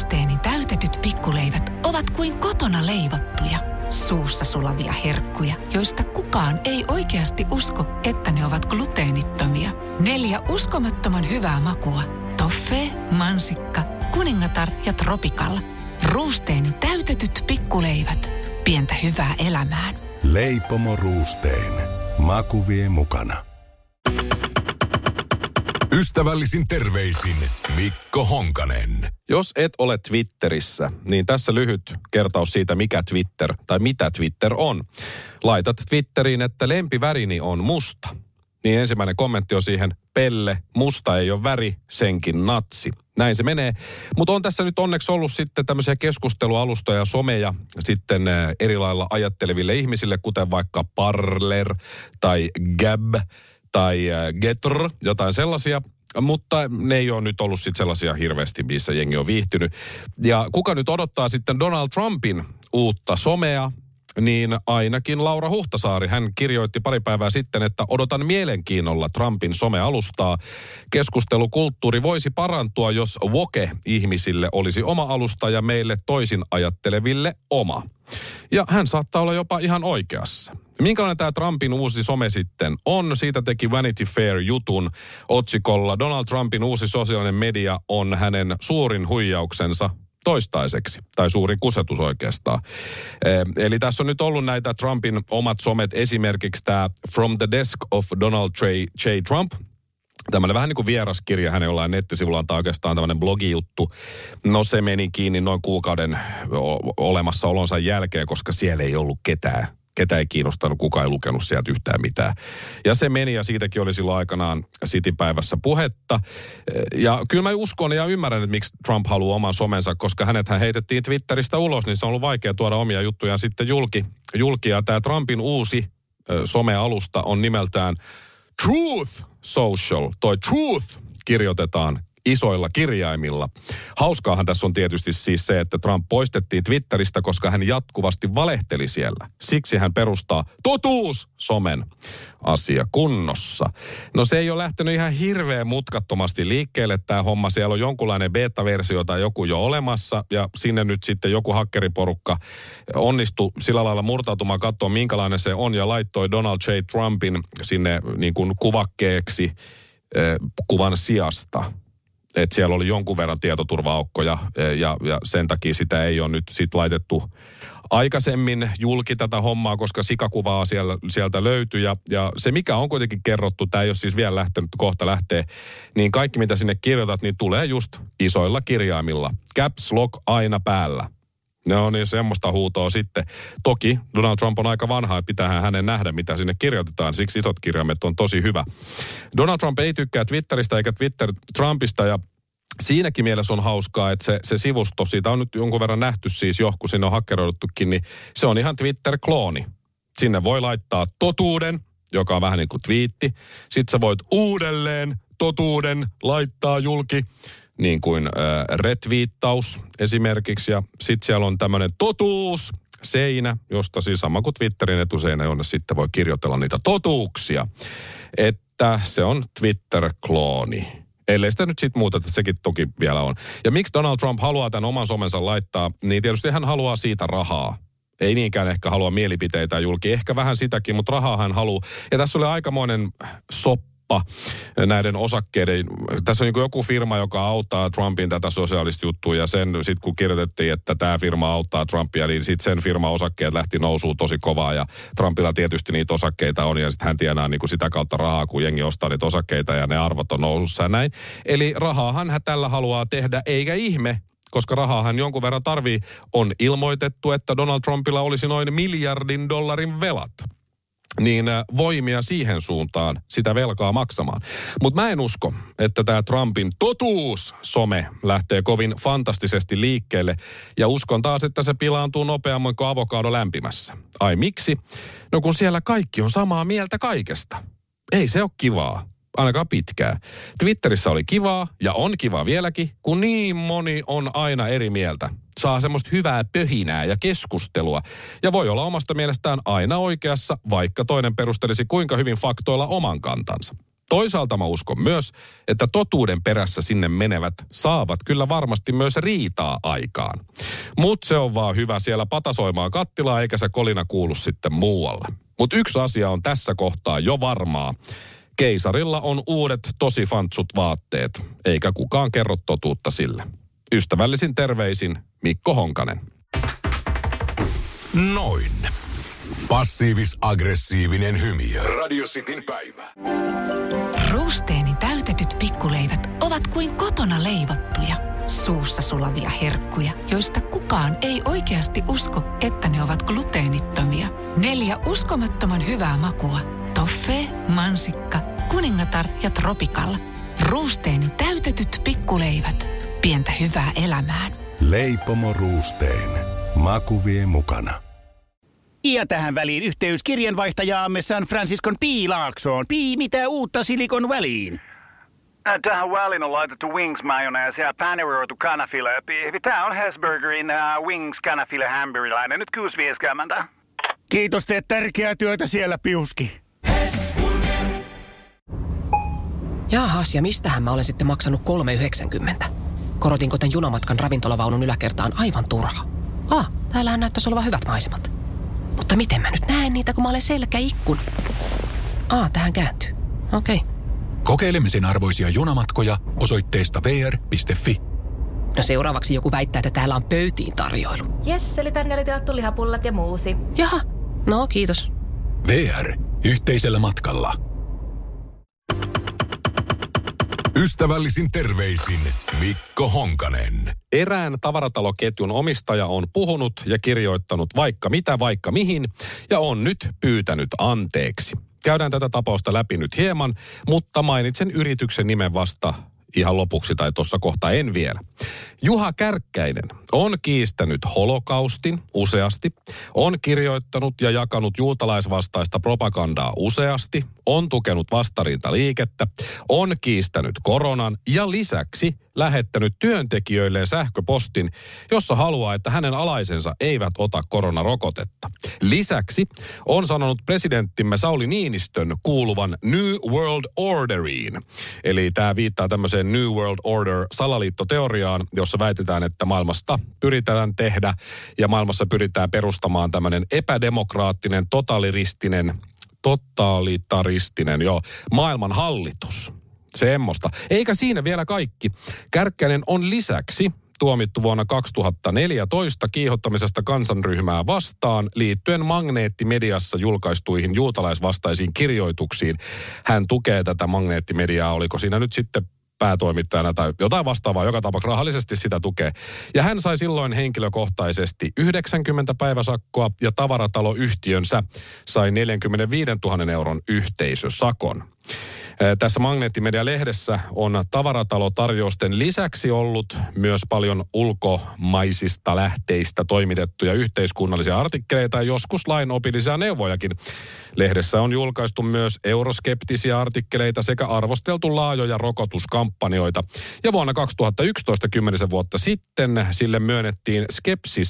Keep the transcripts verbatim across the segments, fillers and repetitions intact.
Ruusteeni täytetyt pikkuleivät ovat kuin kotona leivottuja. Suussa sulavia herkkuja, joista kukaan ei oikeasti usko, että ne ovat gluteenittomia. Neljä uskomattoman hyvää makua. Toffee, mansikka, kuningatar ja tropikalla. Ruusteeni täytetyt pikkuleivät. Pientä hyvää elämään. Leipomo Ruusteen. Maku vie mukana. Ystävällisin terveisin Mikko Honkanen. Jos et ole Twitterissä, niin tässä lyhyt kertaus siitä, mikä Twitter tai mitä Twitter on. Laitat Twitteriin, että lempivärini on musta. Niin ensimmäinen kommentti on siihen, Pelle, musta ei ole väri, senkin natsi. Näin se menee. Mutta on tässä nyt onneksi ollut sitten tämmöisiä keskustelualustoja, someja sitten eri lailla ajatteleville ihmisille, kuten vaikka Parler tai Gab tai Getter, jotain sellaisia. Mutta ne ei ole nyt ollut sitten sellaisia hirveästi, missä jengi on viihtynyt. Ja kuka nyt odottaa sitten Donald Trumpin uutta somea, niin ainakin Laura Huhtasaari, hän kirjoitti pari päivää sitten, että odotan mielenkiinnolla Trumpin somealustaa. Keskustelukulttuuri voisi parantua, jos woke-ihmisille olisi oma alusta ja meille toisin ajatteleville oma. Ja hän saattaa olla jopa ihan oikeassa. Minkälainen tämä Trumpin uusi some sitten on? Siitä teki Vanity Fair jutun otsikolla Donald Trumpin uusi sosiaalinen media on hänen suurin huijauksensa toistaiseksi, tai suuri kusetus oikeastaan. Eh, eli tässä on nyt ollut näitä Trumpin omat somet, esimerkiksi tämä From the Desk of Donald J. Trump. Tämmöinen vähän niin kuin vieraskirja hänen jollain nettisivullaan, tai oikeastaan tämmöinen blogijuttu. No se meni kiinni noin kuukauden olemassaolonsa jälkeen, koska siellä ei ollut ketään. Ketä ei kiinnostanut, kukaan ei lukenut sieltä yhtään mitään. Ja se meni, ja siitäkin oli silloin aikanaan City-päivässä puhetta. Ja kyllä mä uskon ja ymmärrän, että miksi Trump haluaa oman somensa, koska hänethän heitettiin Twitteristä ulos, niin se on ollut vaikea tuoda omia juttujaan sitten julki. julki. Ja tämä Trumpin uusi somealusta on nimeltään Truth Social. Toi Truth kirjoitetaan isoilla kirjaimilla. Hauskaahan tässä on tietysti siis se, että Trump poistettiin Twitteristä, koska hän jatkuvasti valehteli siellä. Siksi hän perustaa totuus-somen asia kunnossa. No se ei ole lähtenyt ihan hirveän mutkattomasti liikkeelle tämä homma. Siellä on jonkunlainen beta-versio tai joku jo olemassa ja sinne nyt sitten joku hakkeriporukka onnistui sillä lailla murtautumaan katsoa minkälainen se on ja laittoi Donald J. Trumpin sinne niin kuin kuvakkeeksi eh, kuvan sijasta. Että siellä oli jonkun verran tietoturva-aukkoja ja, ja sen takia sitä ei ole nyt sit laitettu aikaisemmin julki tätä hommaa, koska sikakuvaa siellä, sieltä löytyi. Ja, ja se mikä on kuitenkin kerrottu, tämä ei ole siis vielä lähtenyt, kohta lähtee, niin kaikki mitä sinne kirjoitat, niin tulee just isoilla kirjaimilla. Caps lock aina päällä. No niin, semmoista huutoa sitten. Toki Donald Trump on aika vanha, että pitäähän hänen nähdä, mitä sinne kirjoitetaan. Siksi isot kirjaimet on tosi hyvä. Donald Trump ei tykkää Twitteristä eikä Twitter Trumpista ja siinäkin mielessä on hauskaa, että se, se sivusto, siitä on nyt jonkun verran nähty siis jo, kun sinne on hakkeroiduttukin, niin se on ihan Twitter-klooni. Sinne voi laittaa totuuden, joka on vähän niin kuin twiitti. Sitten sä voit uudelleen totuuden laittaa julki. Niin kuin äh, retviittaus esimerkiksi. Ja sitten siellä on tämmöinen totuusseinä, josta siis sama kuin Twitterin etuseinä, jonne sitten voi kirjoitella niitä totuuksia. Että se on Twitter-klooni. Ellei sitä nyt sitten muuta, että sekin toki vielä on. Ja miksi Donald Trump haluaa tämän oman somensa laittaa, niin tietysti hän haluaa siitä rahaa. Ei niinkään ehkä halua mielipiteitä julki, ehkä vähän sitäkin, mutta rahaa hän haluaa. Ja tässä oli aikamoinen soppa näiden osakkeiden. Tässä on niin joku firma, joka auttaa Trumpin tätä sosiaalista juttua ja sen sitten kun kirjoitettiin, että tämä firma auttaa Trumpia, niin sitten sen firman osakkeet lähti nousuun tosi kovaa ja Trumpilla tietysti niitä osakkeita on ja sitten hän tienaa niin kuin sitä kautta rahaa, kun jengi ostaa niitä osakkeita ja ne arvot on nousussa ja näin. Eli rahaahan hän tällä haluaa tehdä, eikä ihme, koska rahaahan jonkun verran tarvii. On ilmoitettu, että Donald Trumpilla olisi noin miljardin dollarin velat. Niin voimia siihen suuntaan sitä velkaa maksamaan. Mutta mä en usko, että tämä Trumpin totuus-some lähtee kovin fantastisesti liikkeelle. Ja uskon taas, että se pilaantuu nopeammin kuin avokado lämpimässä. Ai miksi? No kun siellä kaikki on samaa mieltä kaikesta. Ei se ole kivaa. Ainakaan pitkään. Twitterissä oli kivaa ja on kiva vieläkin, kun niin moni on aina eri mieltä. Saa semmoista hyvää pöhinää ja keskustelua. Ja voi olla omasta mielestään aina oikeassa, vaikka toinen perustelisi kuinka hyvin faktoilla oman kantansa. Toisaalta mä uskon myös, että totuuden perässä sinne menevät saavat kyllä varmasti myös riitaa aikaan. Mut se on vaan hyvä siellä patasoimaan kattilaa, eikä se kolina kuulu sitten muualle. Mut yksi asia on tässä kohtaa jo varmaa. Keisarilla on uudet tosi fantsut vaatteet, eikä kukaan kerro totuutta sille. Ystävällisin terveisin Mikko Honkanen. Noin. Passiivis-aggressiivinen hymiö. Radio Cityn päivä. Ruusteenin täytetyt pikkuleivät ovat kuin kotona leivottuja, suussa sulavia herkkuja, joista kukaan ei oikeasti usko, että ne ovat gluteenittomia. Neljä uskomattoman hyvää makua. Toffee, mansikka, kuningatar ja tropikal. Ruusteenin täytetyt pikkuleivät. Pientä hyvää elämään. Leipomo Ruusteen. Maku vie mukana. Ja tähän väliin yhteys kirjanvaihtajaamme San Franciscon Piilaaksoon. Pii, mitä uutta Silikon väliin? Tähän väliin on laitettu wings mayonnaise ja paneroitu kanafila. Tämä on Hesburgerin uh, wings kanafila hamburilainen. Nyt kuusi viisikymmentä. Kiitos, teet tärkeää työtä siellä, Piuski. Jaahas, ja mistähän mä olen sitten maksanut kolme yhdeksänkymmentä? Korotinko tän junamatka ravintolavaunun yläkertaan aivan turha? Ah, täällähän näyttäisi olevan hyvät maisemat. Mutta miten mä nyt näen niitä, kun mä olen selkäikkuna? Ah, tähän kääntyy. Okei. Okay. Kokeilemisen arvoisia junamatkoja osoitteesta v r piste f i. No seuraavaksi joku väittää, että täällä on pöytiin tarjoilu. Jes, eli tänne oli tilattu lihapullat ja muusi. Jaha, no kiitos. V R. Yhteisellä matkalla. Ystävällisin terveisin Mikko Honkanen. Erään tavarataloketjun omistaja on puhunut ja kirjoittanut vaikka mitä vaikka mihin ja on nyt pyytänyt anteeksi. Käydään tätä tapausta läpi nyt hieman, mutta mainitsen yrityksen nimen vasta ihan lopuksi tai tuossa kohta en vielä. Juha Kärkkäinen on kiistänyt holokaustin useasti, on kirjoittanut ja jakanut juutalaisvastaista propagandaa useasti, on tukenut vastarintaliikettä, on kiistänyt koronan ja lisäksi lähettänyt työntekijöilleen sähköpostin, jossa haluaa, että hänen alaisensa eivät ota koronarokotetta. Lisäksi on sanonut presidenttimme Sauli Niinistön kuuluvan New World Orderiin. Eli tämä viittaa tämmöiseen New World Order salaliittoteoriaan, jossa väitetään, että maailmasta pyritään tehdä ja maailmassa pyritään perustamaan tämmöinen epädemokraattinen, totaliristinen, totalitaristinen, joo, maailmanhallitus. Semmosta. Eikä siinä vielä kaikki. Kärkkäinen on lisäksi tuomittu vuonna kaksituhattaneljätoista kiihottamisesta kansanryhmää vastaan liittyen Magneettimediassa julkaistuihin juutalaisvastaisiin kirjoituksiin. Hän tukee tätä Magneettimediaa, oliko siinä nyt sitten päätoimittajana tai jotain vastaavaa, joka tapauksessa rahallisesti sitä tukee. Ja hän sai silloin henkilökohtaisesti yhdeksänkymmentä päiväsakkoa ja tavarataloyhtiönsä sai neljänkymmenenviidentuhannen euron yhteisösakon. Tässä Magneettimedia-lehdessä on tavaratalotarjousten lisäksi ollut myös paljon ulkomaisista lähteistä toimitettuja yhteiskunnallisia artikkeleita ja joskus lainopillisia neuvojakin. Lehdessä on julkaistu myös euroskeptisiä artikkeleita sekä arvosteltu laajoja rokotuskampanjoita. Ja vuonna kaksituhattayksitoista, kymmenisen vuotta sitten, sille myönnettiin Skepsis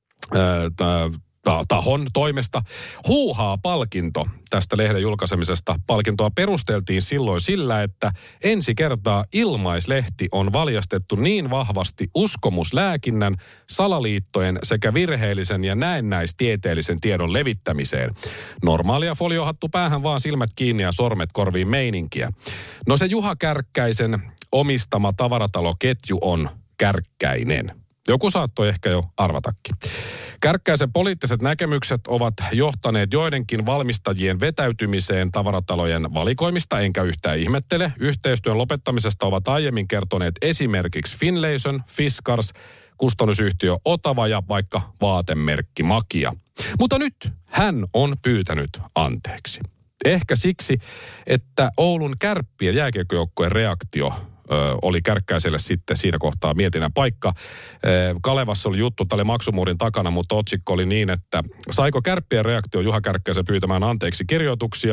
Ää, tahon toimesta huuhaa-palkinto tästä lehden julkaisemisesta. Palkintoa perusteltiin silloin sillä, että ensi kertaa ilmaislehti on valjastettu niin vahvasti uskomuslääkinnän, salaliittojen sekä virheellisen ja näennäistieteellisen tiedon levittämiseen. Normaalia foliohattu päähän vaan silmät kiinni ja sormet korviin meininkiä. No se Juha Kärkkäisen omistama tavarataloketju on Kärkkäinen. Joku saattoi ehkä jo arvatakin. Kärkkäisen poliittiset näkemykset ovat johtaneet joidenkin valmistajien vetäytymiseen tavaratalojen valikoimista, enkä yhtään ihmettele. Yhteistyön lopettamisesta ovat aiemmin kertoneet esimerkiksi Finlayson, Fiskars, kustannusyhtiö Otava ja vaikka vaatemerkki Makia. Mutta nyt hän on pyytänyt anteeksi. Ehkä siksi, että Oulun Kärppien jääkiekkojoukkueen reaktio Ö, oli Kärkkäiselle sitten siinä kohtaa mietinnän paikka. Ö, Kalevassa oli juttu, tämä oli maksumuurin takana, mutta otsikko oli niin, että saiko Kärppien reaktio Juha Kärkkäisen pyytämään anteeksi kirjoituksiaan?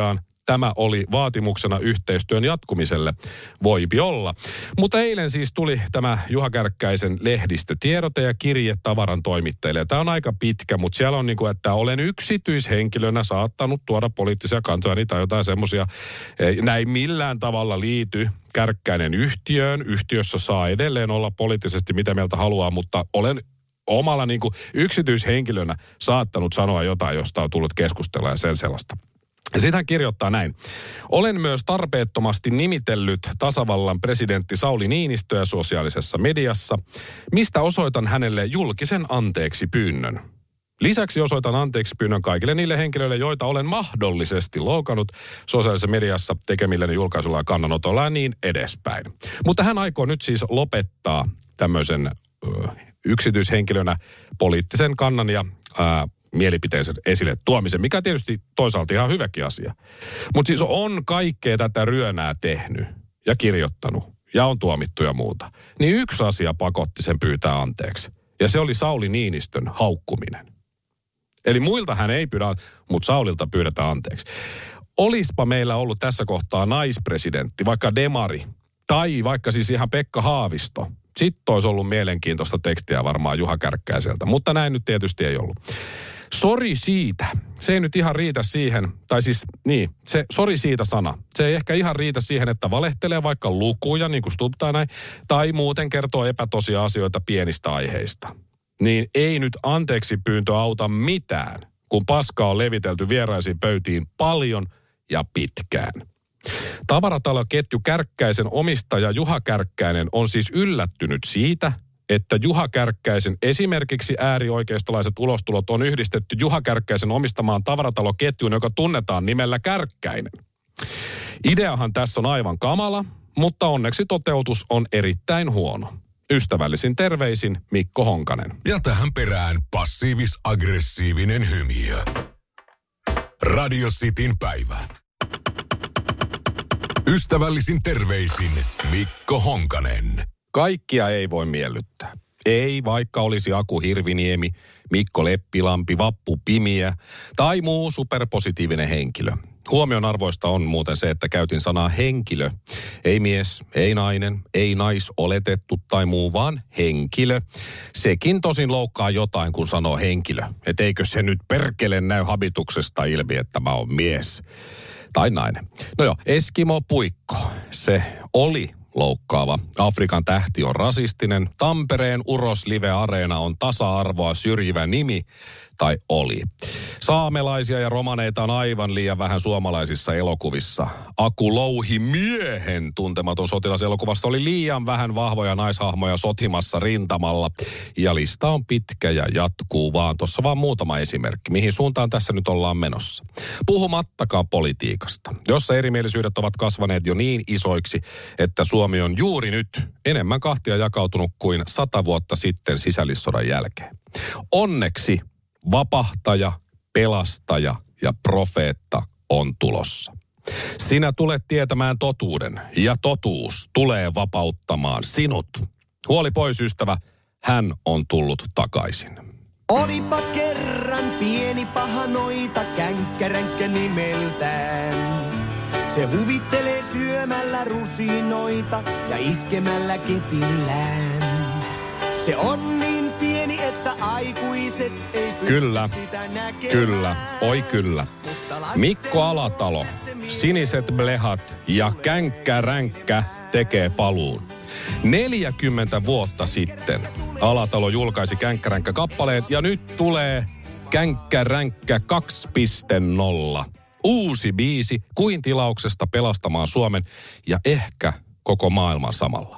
tämä oli vaatimuksena yhteistyön jatkumiselle. Voipi olla. Mutta eilen siis tuli tämä Juha Kärkkäisen lehdistötiedote ja kirje tavaran toimittajille. Tämä on aika pitkä, mutta siellä on niin kuin, että olen yksityishenkilönä saattanut tuoda poliittisia kantoja tai jotain semmoisia. Näin millään tavalla liity Kärkkäinen yhtiöön. Yhtiössä saa edelleen olla poliittisesti mitä mieltä haluaa, mutta olen omalla niin kuin yksityishenkilönä saattanut sanoa jotain, josta on tullut keskustella ja sen sellaista. Ja sitten hän kirjoittaa näin. Olen myös tarpeettomasti nimitellyt tasavallan presidentti Sauli Niinistöä sosiaalisessa mediassa, mistä osoitan hänelle julkisen anteeksi pyynnön. Lisäksi osoitan anteeksi pyynnön kaikille niille henkilöille, joita olen mahdollisesti loukannut sosiaalisessa mediassa tekemilläni julkaisulla ja kannanotolla ja niin edespäin. Mutta hän aikoo nyt siis lopettaa tämmöisen ö, yksityishenkilönä poliittisen kannan ja ö, mielipiteensä esille tuomisen, mikä tietysti toisaalta ihan hyväkin asia. Mutta siis on kaikkea tätä ryönää tehnyt ja kirjoittanut ja on tuomittu ja muuta. Niin yksi asia pakotti sen pyytää anteeksi. Ja se oli Sauli Niinistön haukkuminen. Eli muilta hän ei pyydä, mutta Saulilta pyydetään anteeksi. Olispa meillä ollut tässä kohtaa naispresidentti, vaikka Demari, tai vaikka siis ihan Pekka Haavisto. Sitten olisi ollut mielenkiintoista tekstiä varmaan Juha Kärkkäiseltä, mutta näin nyt tietysti ei ollut. Sori siitä. Se ei nyt ihan riitä siihen, tai siis niin, se sori siitä sana. Se ei ehkä ihan riitä siihen, että valehtelee vaikka lukuja, niin kuin Stubb tai näin, tai muuten kertoo epätosia asioita pienistä aiheista. Niin ei nyt anteeksi pyyntö auta mitään, kun paskaa on levitelty vieraisiin pöytiin paljon ja pitkään. Tavarataloketju Kärkkäisen omistaja Juha Kärkkäinen on siis yllättynyt siitä, että Juha Kärkkäisen esimerkiksi äärioikeistolaiset ulostulot on yhdistetty Juha Kärkkäisen omistamaan tavarataloketjuun, joka tunnetaan nimellä Kärkkäinen. Ideahan tässä on aivan kamala, mutta onneksi toteutus on erittäin huono. Ystävällisin terveisin Mikko Honkanen. Ja tähän perään passiivis-aggressiivinen hymiö. Radio Cityn päivä. Ystävällisin terveisin Mikko Honkanen. Kaikkia ei voi miellyttää. Ei, vaikka olisi Aku Hirviniemi, Mikko Leppilampi, Vappu Pimiä tai muu superpositiivinen henkilö. Huomionarvoista on muuten se, että käytin sanaa henkilö. Ei mies, ei nainen, ei naisoletettu tai muu, vaan henkilö. Sekin tosin loukkaa jotain, kun sanoo henkilö. Et eikö se nyt perkele näy habituksesta ilmi, että mä oon mies tai nainen. No joo, Eskimo Puikko, se oli loukkaava. Afrikan tähti on rasistinen. Tampereen Uros Live Areena on tasa-arvoa syrjivä nimi, tai oli. Saamelaisia ja romaneita on aivan liian vähän suomalaisissa elokuvissa. Aku Louhi-miehen tuntematon sotilaselokuvassa oli liian vähän vahvoja naishahmoja sotimassa rintamalla. Ja lista on pitkä ja jatkuu vaan. Tuossa vaan muutama esimerkki, mihin suuntaan tässä nyt ollaan menossa. Puhumattakaan politiikasta, jossa erimielisyydet ovat kasvaneet jo niin isoiksi, että Suomi on juuri nyt enemmän kahtia jakautunut kuin sata vuotta sitten sisällissodan jälkeen. Onneksi vapahtaja, pelastaja ja profeetta on tulossa. Sinä tulet tietämään totuuden ja totuus tulee vapauttamaan sinut. Huoli pois, ystävä, hän on tullut takaisin. Olipa kerran pieni paha noita känkkäränkkä nimeltään. Se huvittelee syömällä rusinoita ja iskemällä kepillään. Se on niin pieni, että aikuiset ei pysty Kyllä, sitä näkemään. kyllä, oi kyllä. Mikko Alatalo, Siniset blehat ja Känkkäränkkä tekee paluun. neljäkymmentä vuotta sitten Alatalo julkaisi Känkkäränkkä-kappaleen ja nyt tulee Känkkäränkkä kaksi piste nolla. Uusi biisi kuin tilauksesta pelastamaan Suomen ja ehkä koko maailman samalla.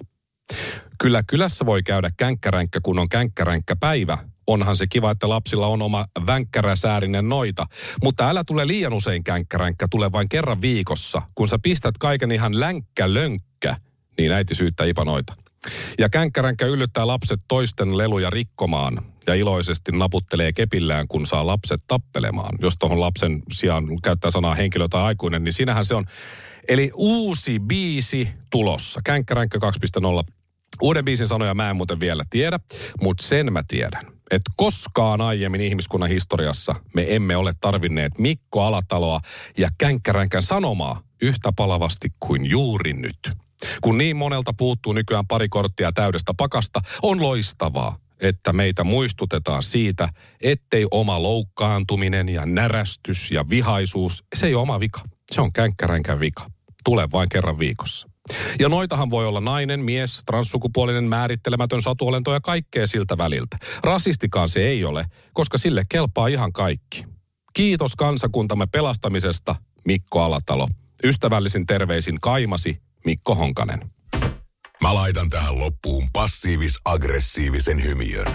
Kyllä kylässä voi käydä känkkäränkkä, kun on känkkäränkkäpäivä. Onhan se kiva, että lapsilla on oma vänkkäräsäärinen noita. Mutta älä tule liian usein känkkäränkkä, tule vain kerran viikossa. Kun sä pistät kaiken ihan länkkälönkkä, niin äiti syyttää ipanoita. Ja känkkäränkkä yllyttää lapset toisten leluja rikkomaan ja iloisesti naputtelee kepillään, kun saa lapset tappelemaan. Jos tuohon lapsen sijaan käyttää sanaa henkilö tai aikuinen, niin siinähän se on. Eli uusi biisi tulossa. Känkkäränkkä kaksi piste nolla. Uuden biisin sanoja mä en muuten vielä tiedä, mutta sen mä tiedän, että koskaan aiemmin ihmiskunnan historiassa me emme ole tarvinneet Mikko Alataloa ja Känkkäränkän sanomaa yhtä palavasti kuin juuri nyt. Kun niin monelta puuttuu nykyään pari korttia täydestä pakasta, on loistavaa, että meitä muistutetaan siitä, ettei oma loukkaantuminen ja närästys ja vihaisuus, se ei ole oma vika. Se on Känkkäränkän vika. Tule vain kerran viikossa. Ja noitahan voi olla nainen, mies, transsukupuolinen, määrittelemätön satuolento ja kaikkea siltä väliltä. Rasistikaan se ei ole, koska sille kelpaa ihan kaikki. Kiitos kansakuntamme pelastamisesta, Mikko Alatalo. Ystävällisin terveisin Kaimasi, Mikko Honkanen. Mä laitan tähän loppuun passiivis-aggressiivisen hymiön.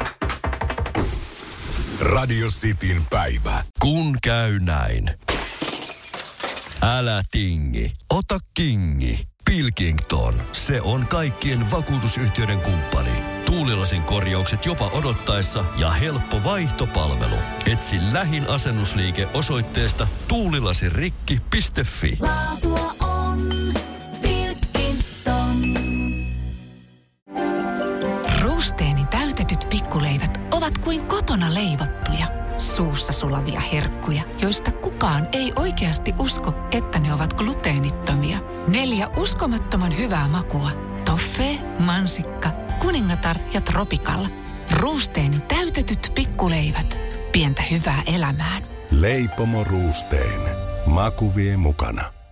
Radio Cityn päivä. Kun käy näin. Älä tingi, ota kingi. Pilkington, se on kaikkien vakuutusyhtiöiden kumppani. Tuulilasin korjaukset jopa odottaessa ja helppo vaihtopalvelu. Etsi lähin asennusliike osoitteesta tuulilasirikki piste fi. Laatua on Pilkington. Ruusteeni täytetyt pikkuleivät ovat kuin kotona leivottuja. Suussa sulavia herkkuja, joista kukaan ei oikeasti usko, että ne ovat gluteenittomia. Neljä uskomattoman hyvää makua. Toffee, mansikka, kuningatar ja tropikalla. Ruusteeni täytetyt pikkuleivät. Pientä hyvää elämään. Leipomo Ruusteen. Maku vie mukana.